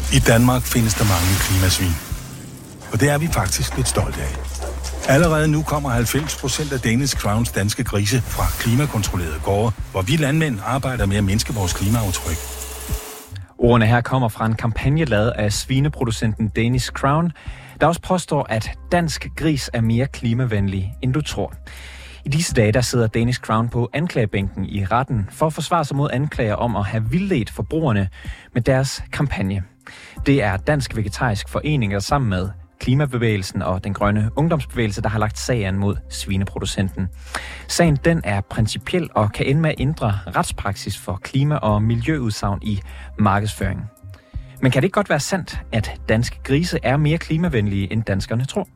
I Danmark findes der mange klimasvin. Og det er vi faktisk lidt stolte af. Allerede nu kommer 90% af Danish Crowns danske grise fra klimakontrollerede gårde, hvor vi landmænd arbejder med at mindske vores klimaaftryk. Ordene her kommer fra en kampagne lavet af svineproducenten Danish Crown, der også påstår, at dansk gris er mere klimavenlig, end du tror. I disse dage der sidder Danish Crown på anklagebænken i retten for at forsvare sig mod anklager om at have vildledt forbrugerne med deres kampagne. Det er Dansk Vegetarisk Forening, der sammen med Klimabevægelsen og den grønne ungdomsbevægelse, der har lagt sag an mod svineproducenten. Sagen den er principiel og kan ende med at ændre retspraksis for klima- og miljøudsagn i markedsføring. Men kan det ikke godt være sandt, at danske grise er mere klimavenlige, end danskerne tror?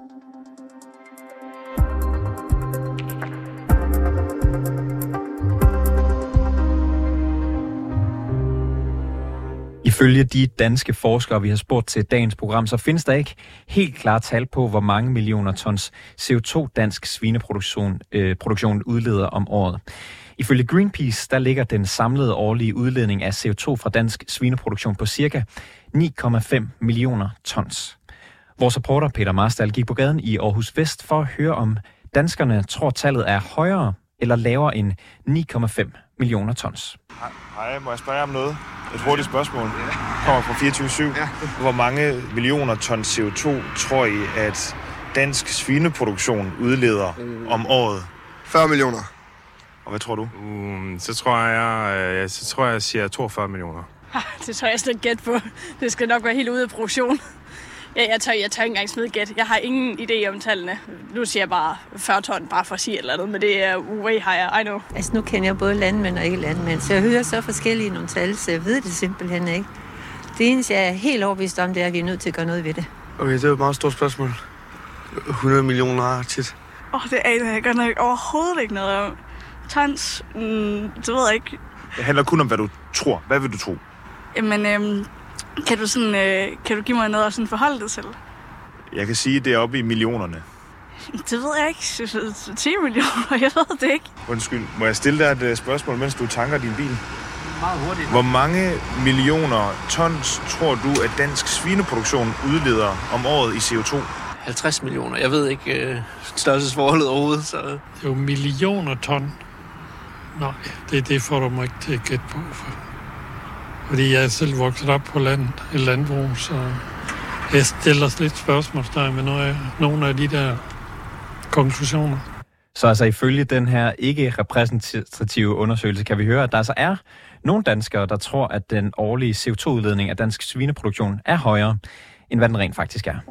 Ifølge de danske forskere, vi har spurgt til dagens program, så findes der ikke helt klare tal på, hvor mange millioner tons CO2 dansk svineproduktion udleder om året. Ifølge Greenpeace, der ligger den samlede årlige udledning af CO2 fra dansk svineproduktion på ca. 9,5 millioner tons. Vores reporter Peter Marstal gik på gaden i Aarhus Vest for at høre, om danskerne tror, tallet er højere eller lavere end 9,5 millioner tons. Hej, må jeg spørge om noget? Et hurtigt spørgsmål. Kommer fra 24/7. Ja. Hvor mange millioner tons CO2 tror I, at dansk svineproduktion udleder om året? 40 millioner. Og hvad tror du? Så tror jeg siger 42 millioner. Det tror jeg slet gæt på. Det skal nok være helt ude af produktion. Jeg tør ikke engang smide gæt. Jeg har ingen idé om tallene. Nu siger jeg bare 40 ton, bare for at sige et eller andet, men det er way higher, I know. Altså nu kender jeg både landmænd og ikke landmænd, så jeg hører så forskellige nogle tal, så jeg ved det simpelthen ikke. Det eneste, jeg er helt overbevist om, det er, at vi er nødt til at gøre noget ved det. Okay, det er et meget stort spørgsmål. 100 millioner tit. Det aner jeg godt nok overhovedet ikke noget om. Tons, det ved jeg ikke. Det handler kun om, hvad du tror. Hvad vil du tro? Jamen, kan du give mig noget at sådan forholde dig til? Jeg kan sige, at det er oppe i millionerne. Det ved jeg ikke. 10 millioner, jeg ved det ikke. Undskyld, må jeg stille dig et spørgsmål, mens du tanker din bil? Meget hurtigt. Hvor mange millioner tons tror du, at dansk svineproduktion udleder om året i CO2? 50 millioner. Jeg ved ikke størrelsesforholdet overhovedet. Så. Det er jo millioner ton. Nej, det får du mig ikke til at gætte på. Fordi jeg er selv vokset op på landbrug, så jeg stiller lidt spørgsmålstegn med nogle af de der konklusioner. Så altså ifølge den her ikke repræsentative undersøgelse kan vi høre, at der altså er nogle danskere, der tror, at den årlige CO2-udledning af dansk svineproduktion er højere, end hvad den rent faktisk er.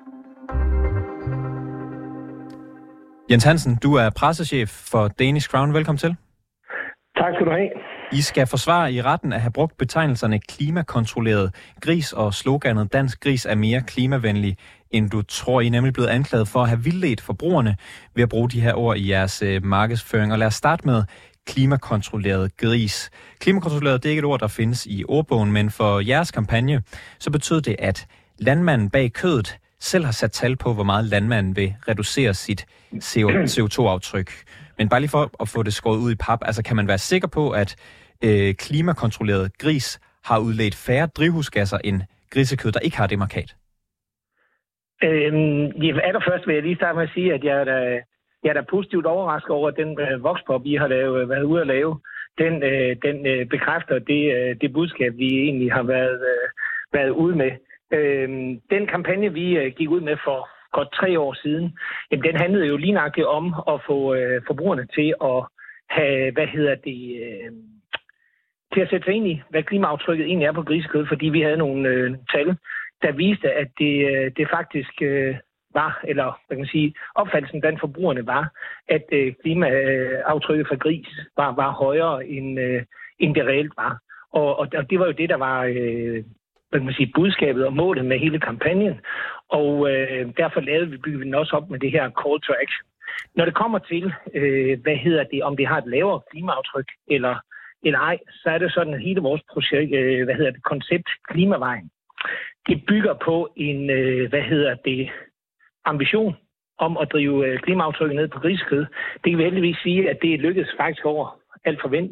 Jens Hansen, du er pressechef for Danish Crown. Velkommen til. Tak skal du have. I skal forsvare i retten at have brugt betegnelserne klimakontrolleret gris og sloganet dansk gris er mere klimavenlig, end du tror. I er nemlig blevet anklaget for at have vildledt forbrugerne ved at bruge de her ord i jeres markedsføring. Og lad os starte med klimakontrolleret gris. Klimakontrolleret, det er ikke et ord, der findes i ordbogen, men for jeres kampagne, så betød det, at landmanden bag kødet selv har sat tal på, hvor meget landmanden vil reducere sit CO2-aftryk. Men bare lige for at få det skåret ud i pap, altså kan man være sikker på, at klimakontrolleret gris har udledt færre drivhusgasser end grisekød, der ikke har det markat? Allerførst vil jeg lige starte med at sige, at jeg er da positivt overrasket over, at den voxpop, I har været ude at lave, den bekræfter det budskab, vi egentlig har været ude med. Den kampagne, vi gik ud med for godt 3 år siden, jamen, den handlede jo lige nøjagtigt om at få forbrugerne til at have, til at sætte sig ind i, hvad klimaaftrykket egentlig er på grisekød, fordi vi havde nogle tal, der viste, at det faktisk var, eller hvad kan man sige, opfattelsen blandt forbrugerne var, at klimaaftrykket for gris var højere, end det reelt var. Og det var jo det, der var hvad kan man sige, budskabet og målet med hele kampagnen. Og derfor byggede vi den også op med det her call to action. Når det kommer til, om det har et lavere klimaaftryk eller ej, så er det sådan, at hele vores projekt, koncept Klimavejen, det bygger på en, ambition om at drive klimaaftrykket ned på grisekød. Det kan vi heldigvis sige, at det lykkedes faktisk over al forventning.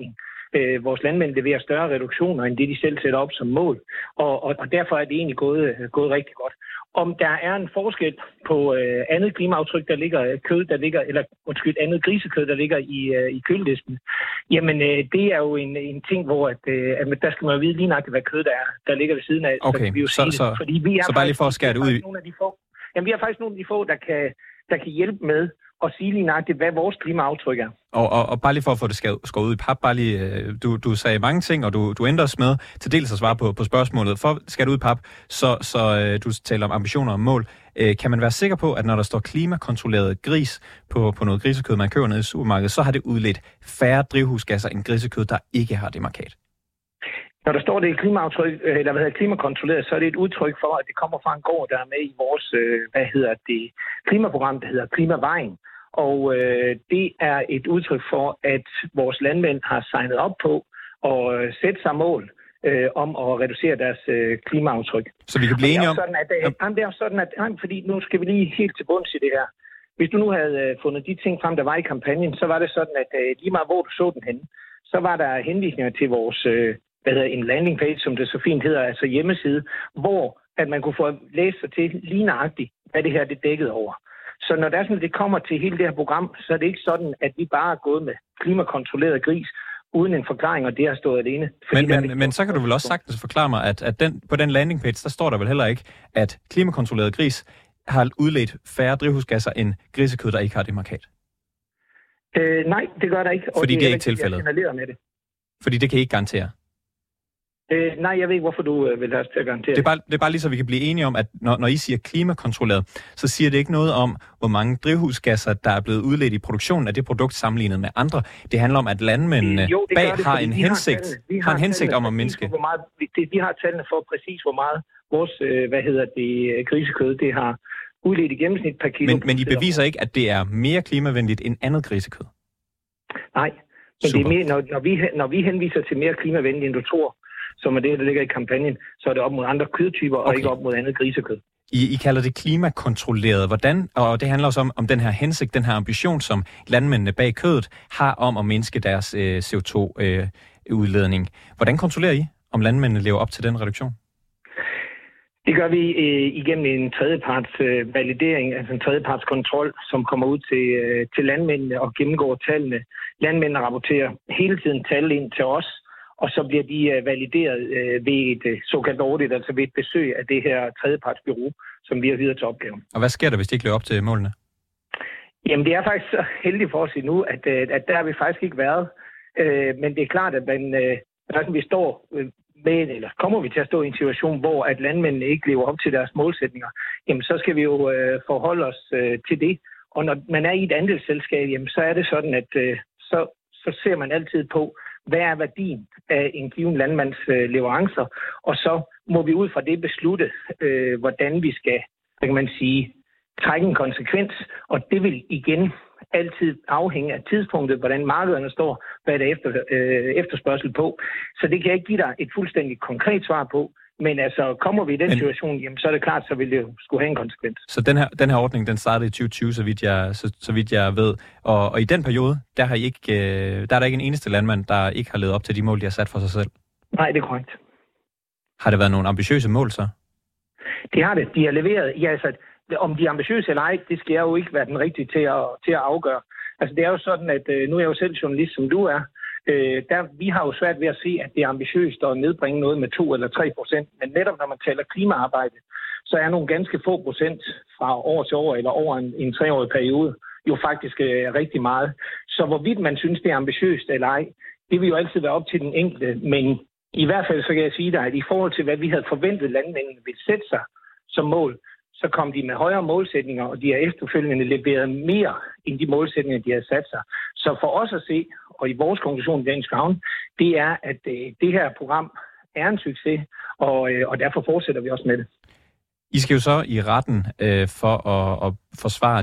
Vores landmænd leverer større reduktioner, end det de selv sætter op som mål. Og derfor er det egentlig gået rigtig godt. Om der er en forskel på andet klimaaftryk, der ligger kød, der ligger, eller andet grisekød, der ligger i køledisken, jamen det er jo en ting, hvor at der skal man jo vide lige nok, hvad kød der ligger ved siden af. Okay, så bare lige for at skære det ud i... Vi har faktisk nogle af de få, der kan hjælpe med at sige lige nøjagtigt, hvad vores klimaaftryk er. Og bare lige for at få det skåret ud i pap, bare lige, du sagde mange ting, og du ændrer os med til dels at svare på spørgsmålet. For skal det ud i pap, så du taler om ambitioner og mål. Kan man være sikker på, at når der står klimakontrolleret gris på noget grisekød, man køber ned i supermarkedet, så har det udledt færre drivhusgasser end grisekød, der ikke har det markat? Når der står det i klimakontrolleret, så er det et udtryk for, at det kommer fra en gård, der er med i vores klimaprogram, der hedder Klimavejen. Og det er et udtryk for, at vores landmænd har signet op på at sætte sig mål om at reducere deres klimaaftryk. Så vi kan blive enige om... Det er sådan, at fordi nu skal vi lige helt til bunds i det her. Hvis du nu havde fundet de ting frem, der var i kampagnen, så var det sådan, at lige meget hvor du så den henne, så var der henvisninger til vores... en landing page, som det så fint hedder, altså hjemmeside, hvor at man kunne få læst sig til lige nøjagtigt, hvad det her det dækkede over. Så når der sådan, det kommer til hele det her program, så er det ikke sådan, at vi bare er gået med klimakontrolleret gris, uden en forklaring, og det har stået alene. Men så kan du vel også sagtens forklare mig, at på den landing page, der står der vel heller ikke, at klimakontrolleret gris har udledt færre drivhusgasser end grisekød, der ikke har det markat? Nej, det gør der ikke. Fordi det er ikke tilfældet? Med det. Fordi det kan I ikke garantere? Nej, jeg ved ikke, hvorfor du vil have os til at garantere det. Er bare lige så vi kan blive enige om, at når I siger klimakontrolleret, så siger det ikke noget om, hvor mange drivhusgasser, der er blevet udledt i produktionen af det produkt sammenlignet med andre. Det handler om, at landmændene har en hensigt om at mindske. Vi har tallene for præcis, hvor meget vores grisekød, det har udledt i gennemsnit per kilo. Men I beviser ikke, at det er mere klimavenligt end andet grisekød? Nej, men det er mere, når vi henviser til mere klimavenligt, end du tror, som er det, der ligger i kampagnen, så er det op mod andre kødtyper, og ikke op mod andet grisekød. I kalder det klimakontrolleret. Hvordan, og det handler også om den her hensigt, den her ambition, som landmændene bag kødet har om at mindske deres CO2-udledning. Hvordan kontrollerer I, om landmændene lever op til den reduktion? Det gør vi igennem en tredjeparts validering, altså en tredjeparts kontrol, som kommer ud til landmændene og gennemgår tallene. Landmændene rapporterer hele tiden tal ind til os, og så bliver de valideret ved et såkaldt audit, altså ved et besøg af det her tredjepartsbureau, som vi har videre til opgaven. Og hvad sker der, hvis de ikke lever op til målene? Jamen, det er faktisk så heldigt for os endnu, at der har vi faktisk ikke været. Men det er klart, at vi står med, eller kommer vi til at stå i en situation, hvor at landmændene ikke lever op til deres målsætninger, jamen så skal vi jo forholde os til det. Og når man er i et andelsselskab, jamen så er det sådan, at så ser man altid på, hvad er værdien af en given landmands leverancer, og så må vi ud fra det beslutte, hvordan vi skal, kan man sige, trække en konsekvens, og det vil igen altid afhænge af tidspunktet, hvordan markederne står, hvad der er efterspørgsel på. Så det kan jeg ikke give dig et fuldstændig konkret svar på, men altså kommer vi i den situation, jamen, så er det klart, så vil det jo skulle have en konsekvens. Så den her ordning, den startede i 2020, så vidt jeg ved, og i den periode, der er der ikke en eneste landmand, der ikke har levet op til de mål, de har sat for sig selv? Nej, det er korrekt. Har det været nogle ambitiøse mål så? Det har det. De har leveret. Ja, altså, om de er ambitiøse eller ej, det skal jeg jo ikke være den rigtige til at afgøre. Altså det er jo sådan, at nu er jeg jo selv journalist, som du er. Vi har jo svært ved at se, at det er ambitiøst at nedbringe noget med 2 eller 3%. Men netop når man taler klimaarbejde, så er nogle ganske få procent fra år til år eller over en 3-årig periode jo faktisk rigtig meget. Så hvorvidt man synes, det er ambitiøst eller ej, det vil jo altid være op til den enkelte. Men i hvert fald så kan jeg sige dig, at i forhold til, hvad vi havde forventet landmændene ville sætte sig som mål, så kom de med højere målsætninger, og de har efterfølgende leveret mere end de målsætninger, de har sat sig. Så for os at se, og i vores konklusion i Danish Crown, det er, at det her program er en succes, og derfor fortsætter vi også med det. I skal jo så i retten for at forsvare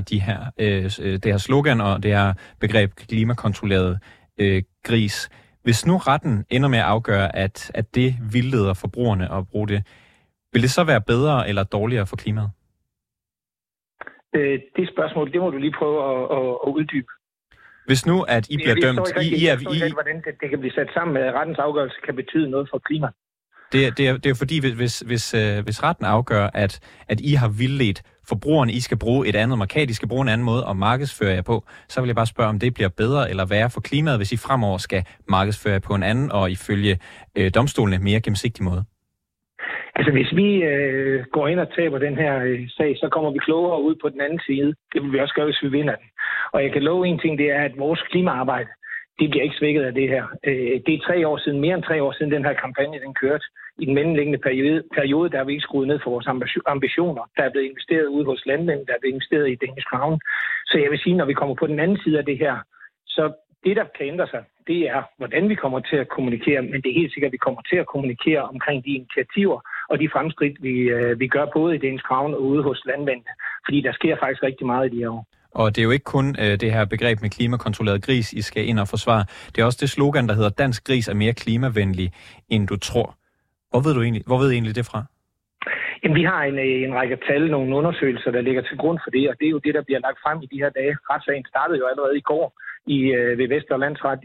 det her slogan og det her begreb klimakontrolleret gris. Hvis nu retten ender med at afgøre, at det vildleder forbrugerne at bruge det, vil det så være bedre eller dårligere for klimaet? Det spørgsmål, det må du lige prøve at uddybe. Hvis nu, at I bliver dømt... Jeg forstår ikke, hvordan det kan blive sat sammen med, at rettens afgørelse kan betyde noget for klima. Det er jo fordi, hvis retten afgør, at I har vildledt forbrugerne, I skal bruge et andet marked, I skal bruge en anden måde at markedsføre jer på, så vil jeg bare spørge, om det bliver bedre eller værre for klimaet, hvis I fremover skal markedsføre jer på en anden og ifølge domstolene mere gennemsigtig måde. Altså, hvis vi går ind og taber den her sag, så kommer vi klogere ud på den anden side. Det vil vi også gøre, hvis vi vinder den. Og jeg kan love en ting, det er, at vores klimaarbejde, det bliver ikke svækket af det her. Det er 3 år siden, mere end 3 år siden, den her kampagne, den kørte. I den mellemliggende periode, der er vi ikke skruet ned for vores ambitioner. Der er blevet investeret ude hos landmænd, der er blevet investeret i Danish Crown. Så jeg vil sige, når vi kommer på den anden side af det her, så det, der kan ændre sig, det er, hvordan vi kommer til at kommunikere. Men det er helt sikkert, at vi kommer til at kommunikere omkring de initiativer og de fremskridt, vi gør både i Danish Crown og ude hos landmændene. Fordi der sker faktisk rigtig meget i de her år. Og det er jo ikke kun det her begreb med klimakontrolleret gris, I skal ind og forsvare. Det er også det slogan, der hedder, dansk gris er mere klimavenlig, end du tror. Hvor ved I egentlig det fra? Jamen, vi har en række tal, nogle undersøgelser, der ligger til grund for det, og det er jo det, der bliver lagt frem i de her dage. Retssagen startede jo allerede i går ved Vestre Landsret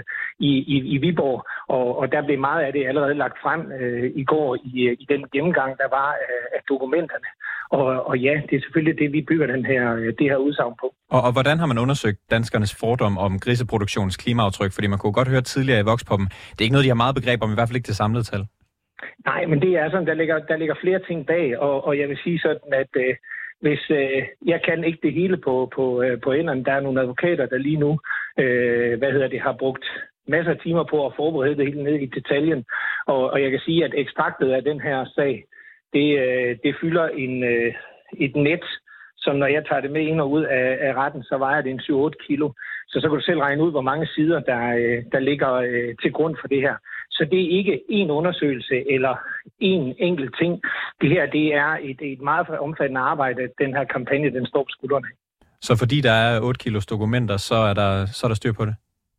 i Viborg, og der blev meget af det allerede lagt frem i går i den gennemgang, der var af dokumenterne. Og ja, det er selvfølgelig det, vi bygger det her udsagn på. Og hvordan har man undersøgt danskernes fordom om griseproduktionens klimaaftryk? Fordi man kunne godt høre tidligere i Voxpoppen, det er ikke noget, de har meget begreb om, i hvert fald ikke det samlede tal. Nej, men det er sådan, der ligger flere ting bag, og jeg vil sige sådan, at hvis jeg kan ikke det hele på enderne, der er nogle advokater, der lige nu har brugt masser af timer på at forberede det hele ned i detaljen, og jeg kan sige, at ekstraktet af den her sag, det fylder et net, som når jeg tager det med ind og ud af retten, så vejer det en 7-8 kilo. Så kan du selv regne ud, hvor mange sider, der ligger til grund for det her. Så det er ikke én undersøgelse eller én enkelt ting. Det her, det er et meget omfattende arbejde, den her kampagne, den står på skuldrene. Så fordi der er 8 kilos dokumenter, så er der styr på det?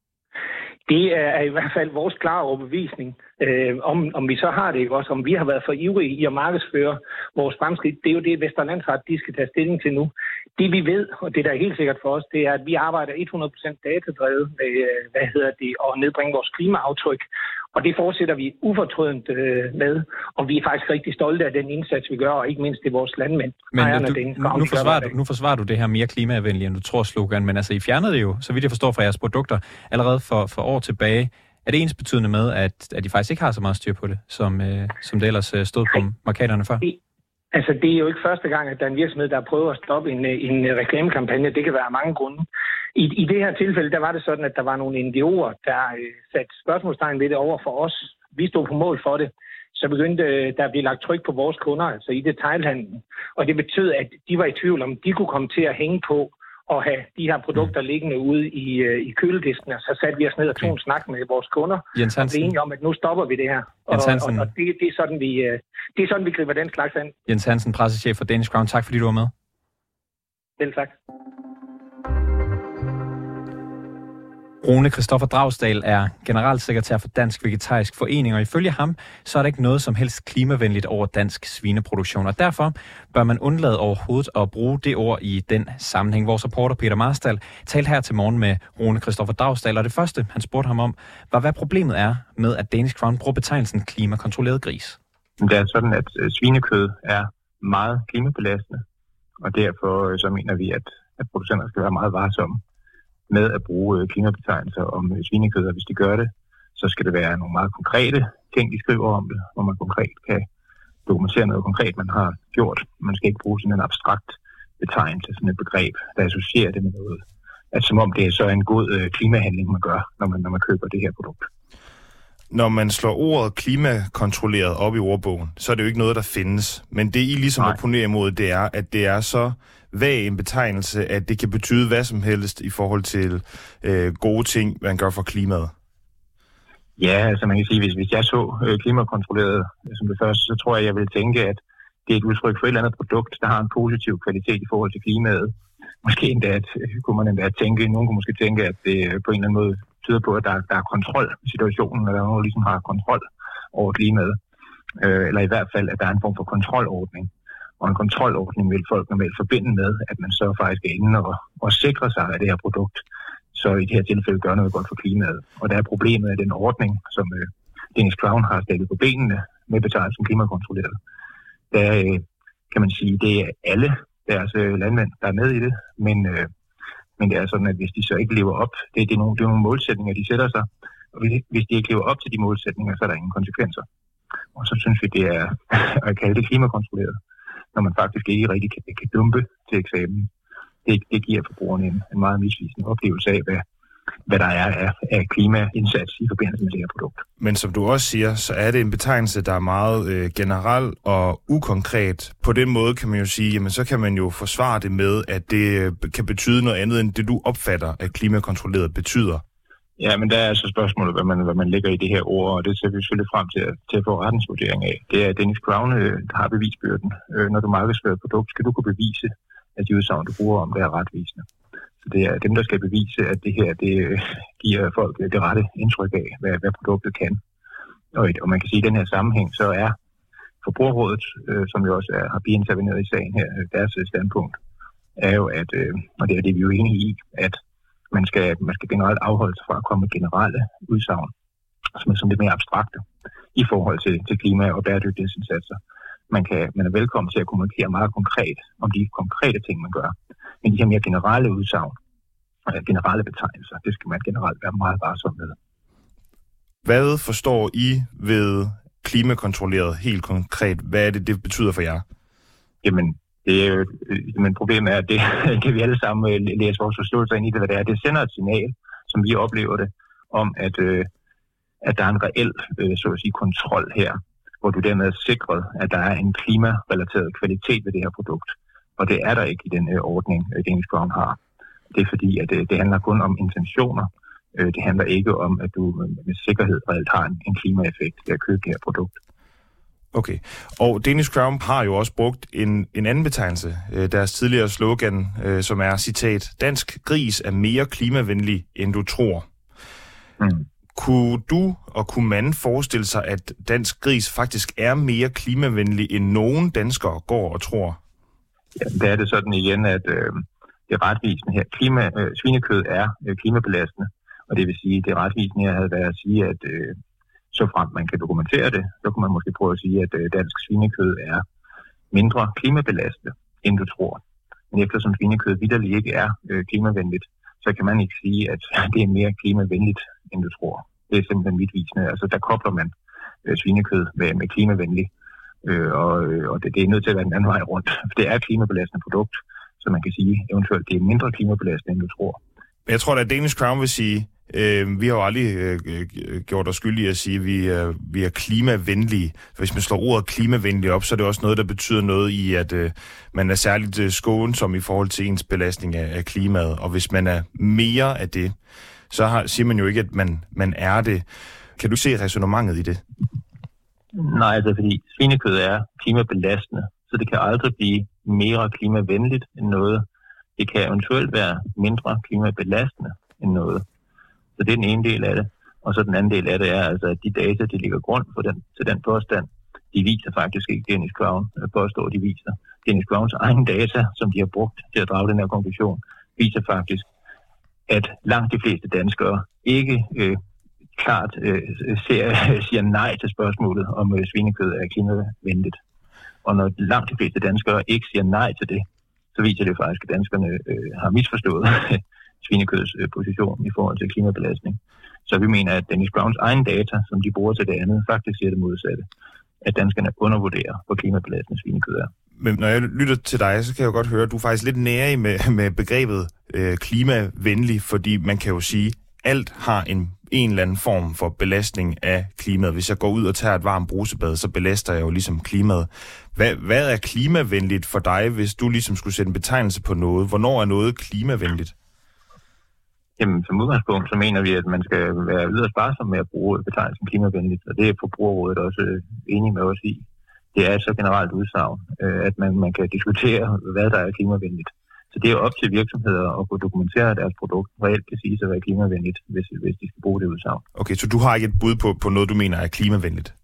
Det er i hvert fald vores klare overbevisning. Om vi så har det, også om vi har været for ivrige i at markedsføre vores fremskridt, det er jo det, Vestre Landsret, de skal tage stilling til nu. Det vi ved, og det der er helt sikkert for os, det er, at vi arbejder 100% datadrevet med, og nedbringe vores klimaaftryk. Og det fortsætter vi ufortrødent med, og vi er faktisk rigtig stolte af den indsats, vi gør, og ikke mindst det vores landmænd. Men nu forsvarer du det her mere klimavenlige, end du tror, slogan, men altså I fjernede det jo, så vidt jeg forstår fra jeres produkter, allerede for år tilbage. Er det ensbetydende med, at I faktisk ikke har så meget styr på det, som det ellers stod på markederne før? Altså, det er jo ikke første gang, at der er en virksomhed, der prøver at stoppe en reklamekampagne. Det kan være mange grunde. I det her tilfælde, der var det sådan, at der var nogle NGO'er, der satte spørgsmålstegn ved det over for os. Vi stod på mål for det. Så begyndte der at blive lagt tryk på vores kunder, altså i detailhandlen. Og det betød, at de var i tvivl om, de kunne komme til at hænge på og have de her produkter liggende ude i køledisken. Så satte vi os ned og tog en snak med vores kunder. Jens Hansen. Og blev enige om, at nu stopper vi det her. Og det er sådan, vi griber den slags an. Jens Hansen, pressechef for Danish Crown. Tak fordi du var med. Selv tak. Rune Christoffer Dragsdal er generalsekretær for Dansk Vegetarisk Forening, og ifølge ham, så er der ikke noget som helst klimavenligt over dansk svineproduktion, og derfor bør man undlade overhovedet at bruge det ord i den sammenhæng. Vores reporter Peter Marstal talte her til morgen med Rune Christoffer Dragsdal, og det første, han spurgte ham om, var hvad problemet er med, at Danish Crown bruger betegnelsen klimakontrolleret gris. Det er sådan, at svinekød er meget klimabelastende, og derfor så mener vi, at producenter skal være meget varsomme med at bruge klimabetegnelser om svinekød, og hvis de gør det, så skal det være nogle meget konkrete ting, de skriver om det, hvor man konkret kan dokumentere noget konkret, man har gjort. Man skal ikke bruge sådan en abstrakt betegnelse, sådan et begreb, der associerer det med noget. Altså som om det er så en god klimahandling, man gør, når man køber det her produkt. Når man slår ordet klimakontrolleret op i ordbogen, så er det jo ikke noget, der findes. Men det, I ligesom opponerer imod, det er, at det er så vag en betegnelse, at det kan betyde hvad som helst i forhold til gode ting, man gør for klimaet. Ja, altså man kan sige, hvis jeg så klimakontrolleret som det første, så tror jeg vil tænke, at det er et udtryk for et eller andet produkt, der har en positiv kvalitet i forhold til klimaet. Måske endda, kunne man endda tænke, nogen kunne måske tænke, at det på en eller anden måde tyder på, at der er kontrol i situationen, og der er nogen, der ligesom har kontrol over klimaet. Eller i hvert fald, at der er en form for kontrolordning. Og en kontrolordning vil folk normalt forbinde med, at man så faktisk er inde og sikrer sig af det her produkt, så i det her tilfælde gør noget godt for klimaet. Og der er problemet af den ordning, som Danish Crown har stillet på benene med betegnelsen klimakontrolleret. Der kan man sige, det er alle deres landmænd, der er med i det, men det er sådan, at hvis de så ikke lever op, det er nogle målsætninger, de sætter sig, og hvis de ikke lever op til de målsætninger, så er der ingen konsekvenser. Og så synes vi, det er at kalde det klimakontrolleret, når man faktisk ikke rigtig kan dumpe til eksamen. Det giver forbrugerne en meget misvisende oplevelse af, hvad der er af klimaindsats i forbindelse med det her produkt. Men som du også siger, så er det en betegnelse, der er meget generel og ukonkret. På den måde kan man jo sige, jamen så kan man jo forsvare det med, at det kan betyde noget andet, end det du opfatter, at klimakontrolleret betyder. Ja, men der er altså spørgsmålet, hvad man lægger i det her ord, og det ser vi selvfølgelig frem til at få rettens vurdering af. Det er Danish Crown, der har bevisbyrden. Når du markedsfører et produkt, skal du kunne bevise, at de udsagn, du bruger om, det er retvisende. Så det er dem, der skal bevise, at det her det giver folk det rette indtryk af, hvad produktet kan. Og man kan sige, at i den her sammenhæng, så er Forbrugerrådet, som jo også har biinterveneret i sagen her, deres standpunkt, er jo, at, og det er det, vi er jo enige i, at man skal generelt afholde sig fra at komme med generelle udsagn, som er sådan lidt mere abstrakte i forhold til klima- og bæredygtighedsindsatser. Man er velkommen til at kommunikere meget konkret om de konkrete ting, man gør. Men de her mere generelle udsagn, generelle betegnelser, det skal man generelt være meget varsom med. Hvad forstår I ved klimakontrolleret helt konkret? Hvad er det betyder for jer? Jamen, problemet er, at det vi alle sammen læser vores forståelse ind i hvad det er. Det sender et signal, som vi oplever det, om at der er en reel, så at sige, kontrol her, hvor du dermed er sikret, at der er en klimarelateret kvalitet ved det her produkt. Og det er der ikke i den ordning, Danish Crown har. Det er fordi, at det handler kun om intentioner. Det handler ikke om, at du med sikkerhed reelt har en klimaeffekt ved at købe det her produkt. Okay, og Danish Crown har jo også brugt en anden betegnelse, deres tidligere slogan, som er, citat, dansk gris er mere klimavenlig, end du tror. Mm. Kunne man forestille sig, at dansk gris faktisk er mere klimavenlig, end nogen danskere går og tror? Ja, der er det sådan igen, at det retvisende her, svinekød er klimabelastende, og det vil sige, at det retvisende her havde været at sige, at så frem man kan dokumentere det, så kunne man måske prøve at sige, at dansk svinekød er mindre klimabelastende, end du tror. Men eftersom svinekød vitterligt ikke er klimavenligt, så kan man ikke sige, at det er mere klimavenligt, end du tror. Det er simpelthen mitvisende. Altså der kobler man svinekød med klimavenlig, og det er nødt til at være en anden vej rundt. Det er et klimabelastende produkt, så man kan sige eventuelt, det er mindre klimabelastende, end du tror. Jeg tror, at Danish Crown vil sige, vi har jo aldrig gjort os skyldige at sige, at vi er klimavenlige. Hvis man slår ordet klimavenlig op, så er det også noget, der betyder noget i, at man er særligt skånsom i forhold til ens belastning af klimaet. Og hvis man er mere af det, så siger man jo ikke, at man er det. Kan du se ræsonnementet i det? Nej, altså fordi svinekød er klimabelastende, så det kan aldrig blive mere klimavenligt end noget. Det kan eventuelt være mindre klimabelastende end noget. Så det er den ene del af det. Og så den anden del af det er, altså, at de data, de ligger grund til den påstand, de viser faktisk ikke Danish Crown påstår, de viser. Danish Crowns egen data, som de har brugt til at drage den her konklusion, viser faktisk, at langt de fleste danskere ikke klart siger nej til spørgsmålet, om svinekød er klimavenligt. Og når langt de fleste danskere ikke siger nej til det, så viser det faktisk, at danskerne har misforstået svinekøds position i forhold til klimabelastning. Så vi mener, at Danish Crowns egen data, som de bruger til det andet, faktisk siger det modsatte. At danskerne undervurderer, hvor klimabelastende svinekød er. Men når jeg lytter til dig, så kan jeg jo godt høre, at du er faktisk lidt nærig med begrebet klimavenlig, fordi man kan jo sige, at alt har en eller anden form for belastning af klimaet. Hvis jeg går ud og tager et varmt brusebad, så belaster jeg jo ligesom klimaet. Hvad er klimavenligt for dig, hvis du ligesom skulle sætte en betegnelse på noget? Hvornår er noget klimavenligt? Jamen, som udgangspunkt, så mener vi, at man skal være yderst sparsom med at bruge betegnelsen klimavenligt, og det er Forbrugerrådet også enig med os i. Det er et så generelt udsagn, at man kan diskutere, hvad der er klimavenligt. Så det er op til virksomheder at kunne dokumentere, at deres produkt reelt kan sige sig at være klimavenligt, hvis de skal bruge det udsagn. Okay, så du har ikke et bud på noget, du mener er klimavenligt?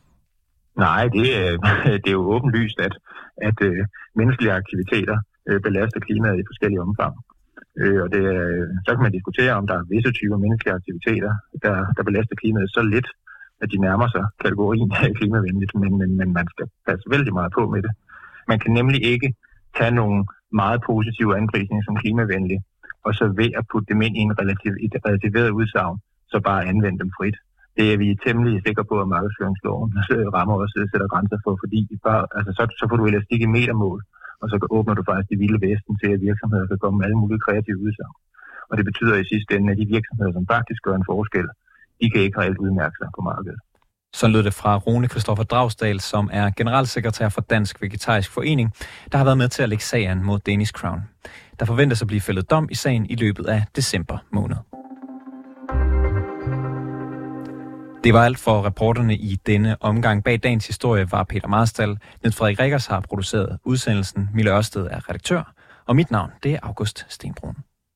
Nej, det er jo åbenlyst, at menneskelige aktiviteter belaster klimaet i forskellige omfang. Og så kan man diskutere, om der er visse typer menneskelige aktiviteter, der belaster klimaet så lidt, at de nærmer sig kategorien af klimavenligt, men man skal passe vældig meget på med det. Man kan nemlig ikke tage nogle meget positive anprisninger som klimavenlige, og så ved at putte dem ind i et relativeret udsagn, så bare anvende dem frit. Det er vi temmelig sikre på, at markedsføringsloven rammer og sætter grænser for, fordi så får du elastik i metermål, og så åbner du faktisk de vilde vesten til, at virksomheder kan komme med alle mulige kreative udsagn. Og det betyder i sidste ende, at de virksomheder, som faktisk gør en forskel, de kan ikke reelt udmærke sig på markedet. Så lød det fra Rune Christoffer Dragsdal, som er generalsekretær for Dansk Vegetarisk Forening, der har været med til at lægge sagen mod Danish Crown. Der forventes at blive fældet dom i sagen i løbet af december måned. Det var alt for reporterne i denne omgang. Bag dagens historie var Peter Marstal. Niels Frederik Rikkers har produceret udsendelsen. Mille Ørsted er redaktør. Og mit navn, det er August Stenbrun.